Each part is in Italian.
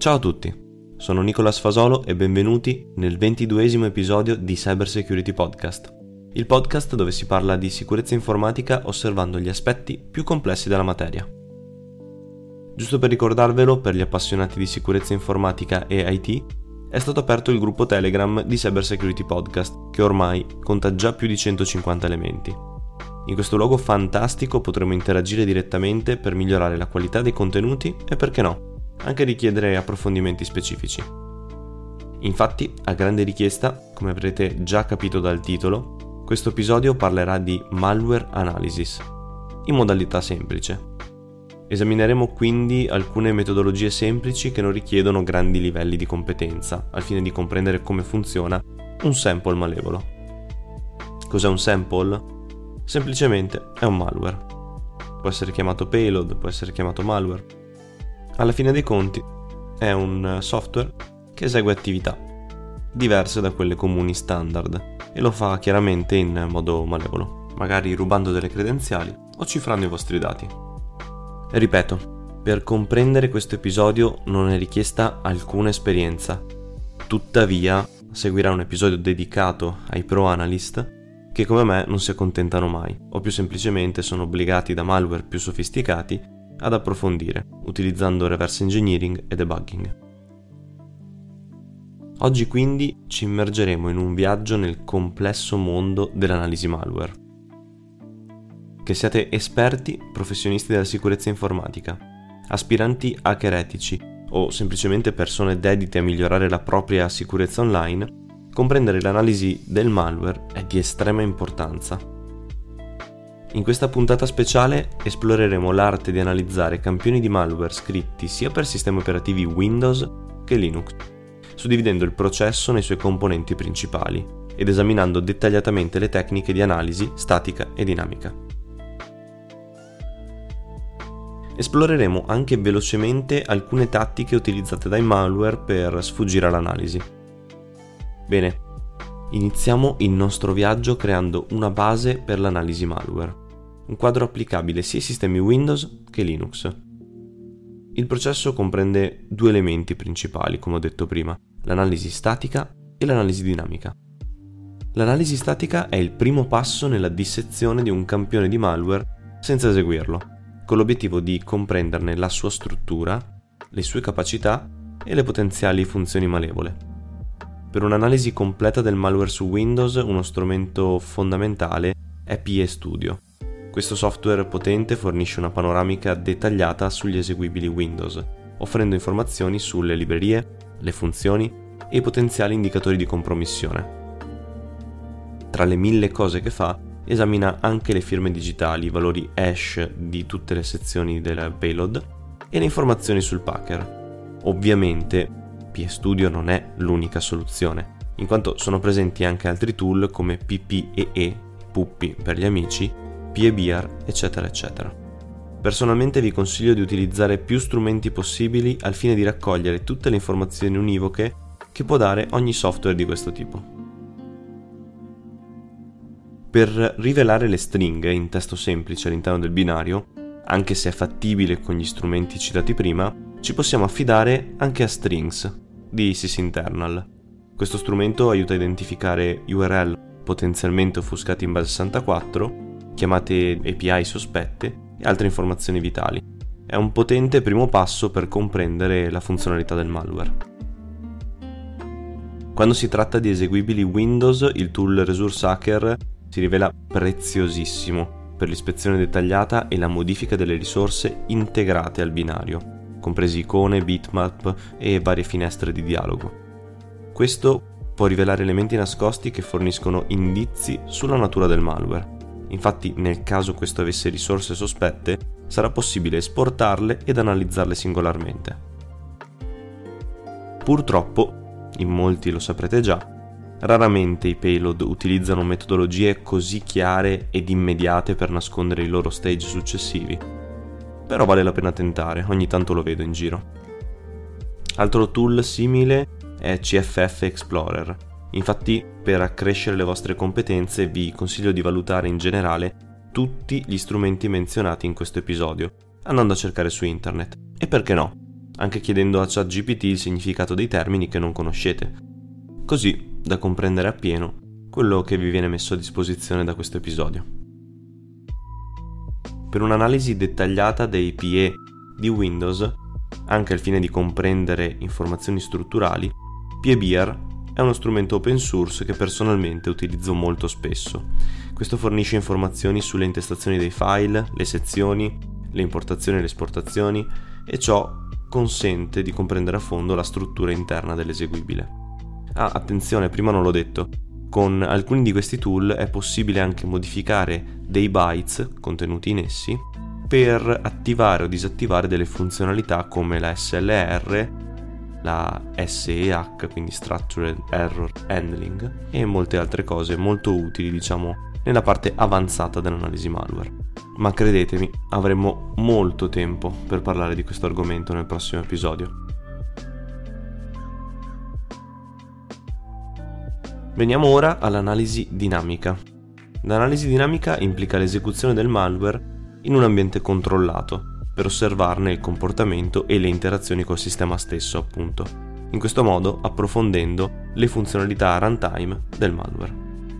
Ciao a tutti, sono Nicolas Fasolo e benvenuti nel 22esimo episodio di Cyber Security Podcast, il podcast dove si parla di sicurezza informatica osservando gli aspetti più complessi della materia. Giusto per ricordarvelo, per gli appassionati di sicurezza informatica e IT, è stato aperto il gruppo Telegram di Cyber Security Podcast, che ormai conta già più di 150 elementi. In questo luogo fantastico potremo interagire direttamente per migliorare la qualità dei contenuti e, perché no, anche richiedere approfondimenti specifici. Infatti, a grande richiesta, come avrete già capito dal titolo, questo episodio parlerà di malware analysis, in modalità semplice. Esamineremo quindi alcune metodologie semplici che non richiedono grandi livelli di competenza, al fine di comprendere come funziona un sample malevolo. Cos'è un sample? Semplicemente è un malware. Può essere chiamato payload, può essere chiamato malware. Alla fine dei conti è un software che esegue attività diverse da quelle comuni standard e lo fa chiaramente in modo malevolo, magari rubando delle credenziali o cifrando i vostri dati. E ripeto, per comprendere questo episodio non è richiesta alcuna esperienza, tuttavia seguirà un episodio dedicato ai pro analyst che come me non si accontentano mai, o più semplicemente sono obbligati da malware più sofisticati ad approfondire, utilizzando reverse engineering e debugging. Oggi quindi ci immergeremo in un viaggio nel complesso mondo dell'analisi malware. Che siate esperti, professionisti della sicurezza informatica, aspiranti hacker etici o semplicemente persone dedite a migliorare la propria sicurezza online, comprendere l'analisi del malware è di estrema importanza. In questa puntata speciale esploreremo l'arte di analizzare campioni di malware scritti sia per sistemi operativi Windows che Linux, suddividendo il processo nei suoi componenti principali ed esaminando dettagliatamente le tecniche di analisi statica e dinamica. Esploreremo anche velocemente alcune tattiche utilizzate dai malware per sfuggire all'analisi. Bene, iniziamo il nostro viaggio creando una base per l'analisi malware. Un quadro applicabile sia ai sistemi Windows che Linux. Il processo comprende due elementi principali, come ho detto prima, l'analisi statica e l'analisi dinamica. L'analisi statica è il primo passo nella dissezione di un campione di malware senza eseguirlo, con l'obiettivo di comprenderne la sua struttura, le sue capacità e le potenziali funzioni malevole. Per un'analisi completa del malware su Windows, uno strumento fondamentale è PE-Studio. Questo software potente fornisce una panoramica dettagliata sugli eseguibili Windows, offrendo informazioni sulle librerie, le funzioni e i potenziali indicatori di compromissione. Tra le 1000 cose che fa, esamina anche le firme digitali, i valori hash di tutte le sezioni del payload e le informazioni sul packer. Ovviamente, PE-Studio non è l'unica soluzione, in quanto sono presenti anche altri tool come PPEE, Puppy per gli amici, PEBear, eccetera eccetera. Personalmente vi consiglio di utilizzare più strumenti possibili al fine di raccogliere tutte le informazioni univoche che può dare ogni software di questo tipo. Per rivelare le stringhe in testo semplice all'interno del binario, anche se è fattibile con gli strumenti citati prima, ci possiamo affidare anche a Strings di sysinternal. Questo strumento aiuta a identificare URL potenzialmente offuscati in base 64, chiamate API sospette e altre informazioni vitali. È un potente primo passo per comprendere la funzionalità del malware. Quando si tratta di eseguibili Windows, il tool Resource Hacker si rivela preziosissimo per l'ispezione dettagliata e la modifica delle risorse integrate al binario, compresi icone, bitmap e varie finestre di dialogo. Questo può rivelare elementi nascosti che forniscono indizi sulla natura del malware. Infatti, nel caso questo avesse risorse sospette, sarà possibile esportarle ed analizzarle singolarmente. Purtroppo, in molti lo saprete già, raramente i payload utilizzano metodologie così chiare ed immediate per nascondere i loro stage successivi. Però vale la pena tentare, ogni tanto lo vedo in giro. Altro tool simile è CFF Explorer. Infatti, per accrescere le vostre competenze vi consiglio di valutare in generale tutti gli strumenti menzionati in questo episodio, andando a cercare su internet. E perché no? anche chiedendo a ChatGPT il significato dei termini che non conoscete, così da comprendere appieno quello che vi viene messo a disposizione da questo episodio. Per un'analisi dettagliata dei PE di Windows, anche al fine di comprendere informazioni strutturali, PEBear è uno strumento open source che personalmente utilizzo molto spesso. Questo fornisce informazioni sulle intestazioni dei file, le sezioni, le importazioni e le esportazioni, e ciò consente di comprendere a fondo la struttura interna dell'eseguibile. Attenzione, prima non l'ho detto, con alcuni di questi tool è possibile anche modificare dei bytes contenuti in essi per attivare o disattivare delle funzionalità come la SLR, la SEH, quindi Structured Error Handling, e molte altre cose molto utili, nella parte avanzata dell'analisi malware. Ma credetemi, avremo molto tempo per parlare di questo argomento nel prossimo episodio. Veniamo ora all'analisi dinamica. L'analisi dinamica implica l'esecuzione del malware in un ambiente controllato, per osservarne il comportamento e le interazioni col sistema stesso, appunto. In questo modo approfondendo le funzionalità a runtime del malware.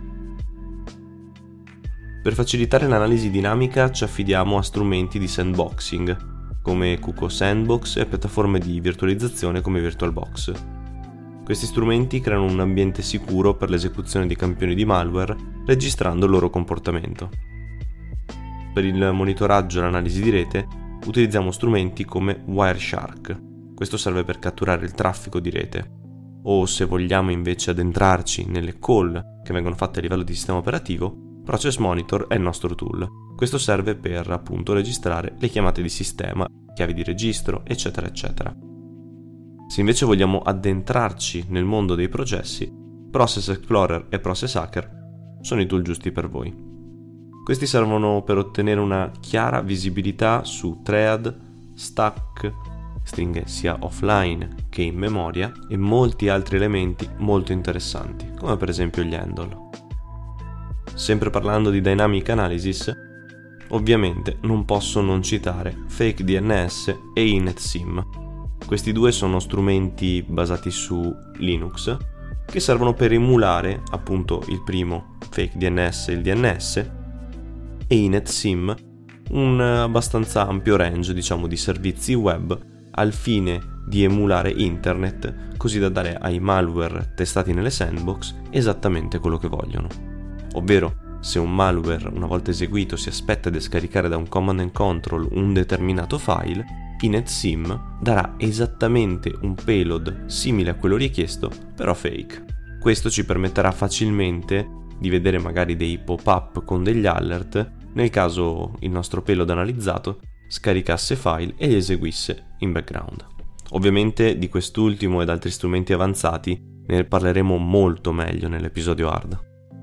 Per facilitare l'analisi dinamica ci affidiamo a strumenti di sandboxing, come Kuko Sandbox, e piattaforme di virtualizzazione come VirtualBox. Questi strumenti creano un ambiente sicuro per l'esecuzione di campioni di malware, registrando il loro comportamento. Per il monitoraggio e l'analisi di rete utilizziamo strumenti come Wireshark. Questo serve per catturare il traffico di rete. O se vogliamo invece addentrarci nelle call che vengono fatte a livello di sistema operativo, Process Monitor è il nostro tool. Questo serve per appunto registrare le chiamate di sistema, chiavi di registro, eccetera eccetera. Se invece vogliamo addentrarci nel mondo dei processi, Process Explorer e Process Hacker sono i tool giusti per voi. Questi servono per ottenere una chiara visibilità su thread, stack, stringhe sia offline che in memoria e molti altri elementi molto interessanti, come per esempio gli handle. Sempre parlando di Dynamic Analysis, ovviamente non posso non citare Fake DNS e InetSim. Questi due sono strumenti basati su Linux che servono per emulare appunto il primo Fake DNS e il DNS, e InetSim un abbastanza ampio range di servizi web al fine di emulare internet, così da dare ai malware testati nelle sandbox esattamente quello che vogliono. Ovvero, se un malware una volta eseguito si aspetta di scaricare da un command and control un determinato file, InetSim darà esattamente un payload simile a quello richiesto, però fake. Questo ci permetterà facilmente di vedere magari dei pop-up con degli alert nel caso il nostro payload analizzato scaricasse file e li eseguisse in background. Ovviamente di quest'ultimo ed altri strumenti avanzati ne parleremo molto meglio nell'episodio hard.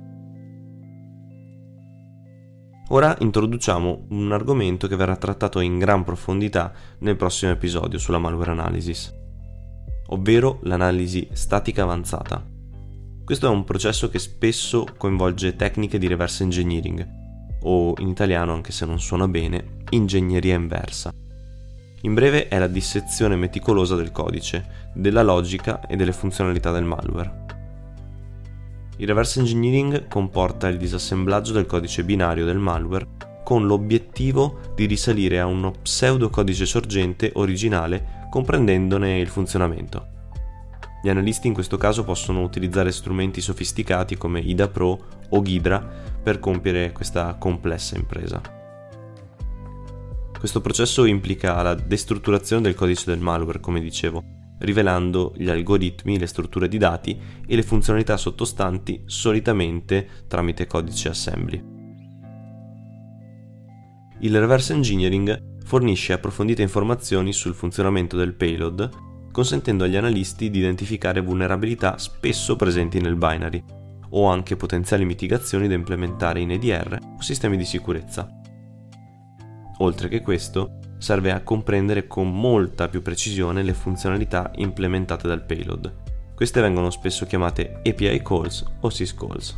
Ora introduciamo un argomento che verrà trattato in gran profondità nel prossimo episodio sulla malware analysis, ovvero l'analisi statica avanzata. Questo è un processo che spesso coinvolge tecniche di reverse engineering, o in italiano, anche se non suona bene, ingegneria inversa. In breve è la dissezione meticolosa del codice, della logica e delle funzionalità del malware. Il reverse engineering comporta il disassemblaggio del codice binario del malware con l'obiettivo di risalire a uno pseudocodice sorgente originale comprendendone il funzionamento. Gli analisti in questo caso possono utilizzare strumenti sofisticati come IDA Pro o Ghidra per compiere questa complessa impresa. Questo processo implica la destrutturazione del codice del malware, come dicevo, rivelando gli algoritmi, le strutture di dati e le funzionalità sottostanti solitamente tramite codice assembly. Il reverse engineering fornisce approfondite informazioni sul funzionamento del payload, consentendo agli analisti di identificare vulnerabilità spesso presenti nel binary, o anche potenziali mitigazioni da implementare in EDR o sistemi di sicurezza. Oltre che questo, serve a comprendere con molta più precisione le funzionalità implementate dal payload. Queste vengono spesso chiamate API calls o syscalls.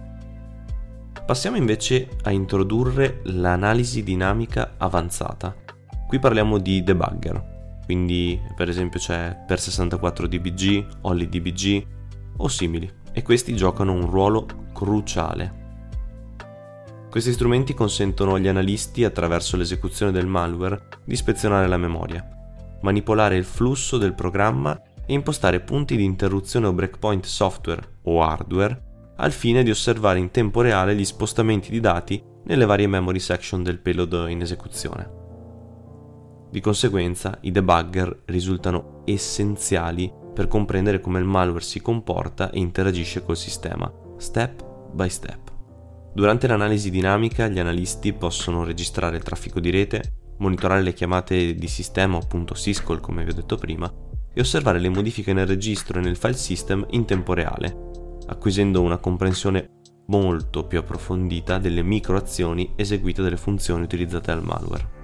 Passiamo invece a introdurre l'analisi dinamica avanzata, Qui parliamo di debugger, quindi per esempio c'è Per64DBG, OllyDBG o simili, e questi giocano un ruolo cruciale. Questi strumenti consentono agli analisti, attraverso l'esecuzione del malware, di ispezionare la memoria, manipolare il flusso del programma e impostare punti di interruzione o breakpoint software o hardware al fine di osservare in tempo reale gli spostamenti di dati nelle varie memory section del payload in esecuzione. Di conseguenza, i debugger risultano essenziali per comprendere come il malware si comporta e interagisce col sistema, step by step. Durante l'analisi dinamica, gli analisti possono registrare il traffico di rete, monitorare le chiamate di sistema, appunto syscall come vi ho detto prima, e osservare le modifiche nel registro e nel file system in tempo reale, acquisendo una comprensione molto più approfondita delle microazioni eseguite dalle funzioni utilizzate dal malware.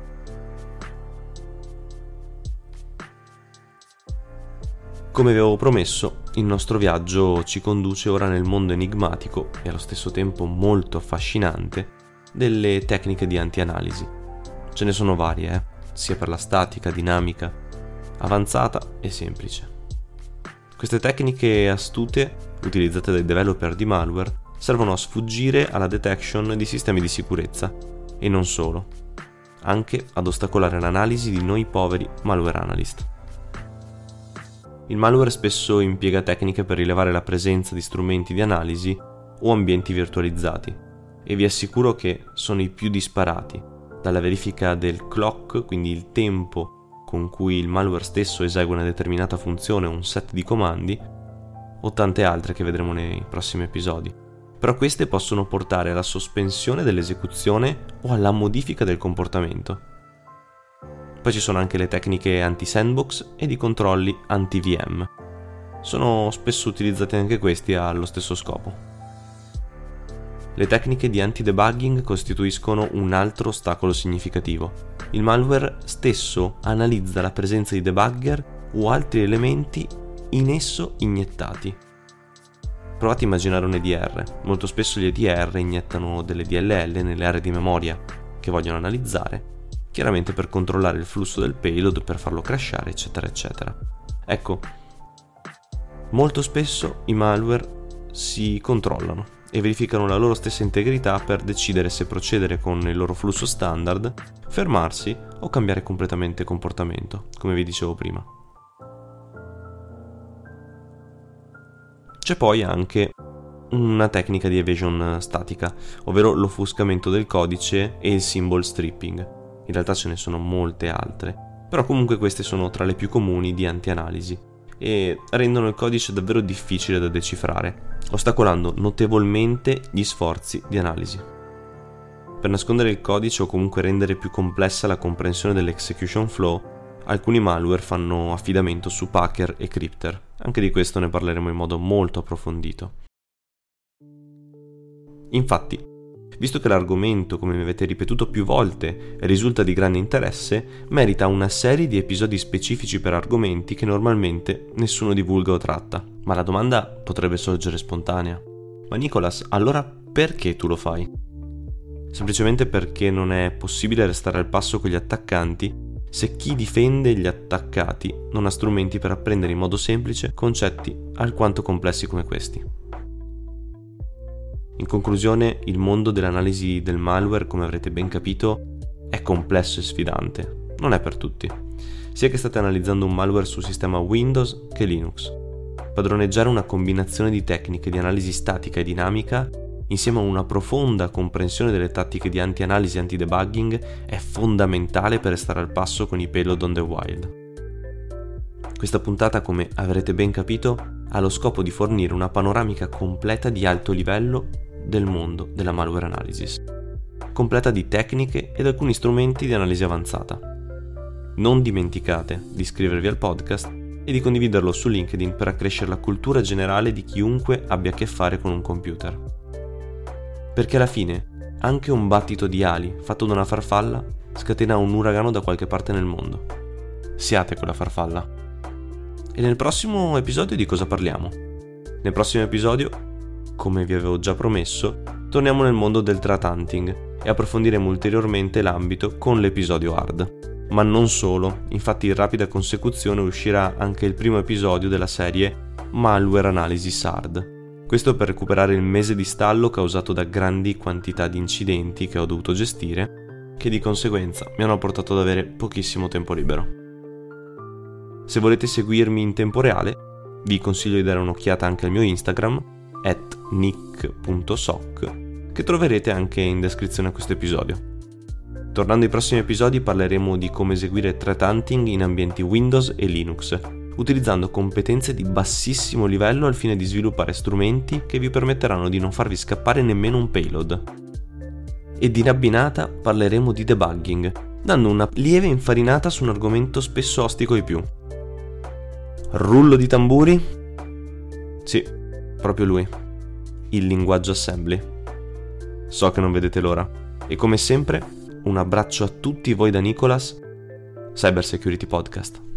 Come vi avevo promesso, il nostro viaggio ci conduce ora nel mondo enigmatico e allo stesso tempo molto affascinante delle tecniche di anti-analisi. Ce ne sono varie, sia per la statica, dinamica, avanzata e semplice. Queste tecniche astute, utilizzate dai developer di malware, servono a sfuggire alla detection di sistemi di sicurezza e non solo, anche ad ostacolare l'analisi di noi poveri malware analyst. Il malware spesso impiega tecniche per rilevare la presenza di strumenti di analisi o ambienti virtualizzati, e vi assicuro che sono i più disparati, dalla verifica del clock, quindi il tempo con cui il malware stesso esegue una determinata funzione o un set di comandi, o tante altre che vedremo nei prossimi episodi. Però queste possono portare alla sospensione dell'esecuzione o alla modifica del comportamento. Poi ci sono anche le tecniche anti-sandbox e di controlli anti-VM. Sono spesso utilizzati anche questi allo stesso scopo. Le tecniche di anti-debugging costituiscono un altro ostacolo significativo. Il malware stesso analizza la presenza di debugger o altri elementi in esso iniettati. Provate a immaginare un EDR. Molto spesso gli EDR iniettano delle DLL nelle aree di memoria che vogliono analizzare, chiaramente per controllare il flusso del payload, per farlo crashare, eccetera eccetera. Ecco, molto spesso i malware si controllano e verificano la loro stessa integrità per decidere se procedere con il loro flusso standard, fermarsi o cambiare completamente comportamento, come vi dicevo prima. C'è poi anche una tecnica di evasion statica, ovvero l'offuscamento del codice e il symbol stripping. In realtà ce ne sono molte altre, però comunque queste sono tra le più comuni di anti-analisi e rendono il codice davvero difficile da decifrare, ostacolando notevolmente gli sforzi di analisi. Per nascondere il codice o comunque rendere più complessa la comprensione dell'execution flow, alcuni malware fanno affidamento su packer e crypter. Anche di questo ne parleremo in modo molto approfondito. Infatti, visto che l'argomento, come mi avete ripetuto più volte, risulta di grande interesse, merita una serie di episodi specifici per argomenti che normalmente nessuno divulga o tratta. Ma la domanda potrebbe sorgere spontanea. Ma Nicolas, allora perché tu lo fai? Semplicemente perché non è possibile restare al passo con gli attaccanti se chi difende gli attaccati non ha strumenti per apprendere in modo semplice concetti alquanto complessi come questi. In conclusione, il mondo dell'analisi del malware, come avrete ben capito, è complesso e sfidante. Non è per tutti. Sia che state analizzando un malware sul sistema Windows che Linux. Padroneggiare una combinazione di tecniche di analisi statica e dinamica, insieme a una profonda comprensione delle tattiche di anti-analisi e anti-debugging, è fondamentale per restare al passo con i payload on the wild. Questa puntata, come avrete ben capito, ha lo scopo di fornire una panoramica completa di alto livello del mondo della malware analysis, completa di tecniche ed alcuni strumenti di analisi avanzata. Non dimenticate di iscrivervi al podcast e di condividerlo su LinkedIn per accrescere la cultura generale di chiunque abbia a che fare con un computer. Perché alla fine, anche un battito di ali fatto da una farfalla scatena un uragano da qualche parte nel mondo. Siate quella farfalla. E nel prossimo episodio di cosa parliamo? Nel prossimo episodio, come vi avevo già promesso, torniamo nel mondo del threat hunting e approfondiremo ulteriormente l'ambito con l'episodio hard. Ma non solo, infatti in rapida consecuzione uscirà anche il primo episodio della serie Malware Analysis Hard. Questo per recuperare il mese di stallo causato da grandi quantità di incidenti che ho dovuto gestire, che di conseguenza mi hanno portato ad avere pochissimo tempo libero. Se volete seguirmi in tempo reale, vi consiglio di dare un'occhiata anche al mio Instagram, @nick.soc, che troverete anche in descrizione a questo episodio. Tornando ai prossimi episodi parleremo di come eseguire threat hunting in ambienti Windows e Linux, utilizzando competenze di bassissimo livello al fine di sviluppare strumenti che vi permetteranno di non farvi scappare nemmeno un payload. Ed in abbinata parleremo di debugging, dando una lieve infarinata su un argomento spesso ostico ai più. Rullo di tamburi? Sì, proprio lui. Il linguaggio assembly. So che non vedete l'ora. E come sempre, un abbraccio a tutti voi da Nicolas, Cyber Security Podcast.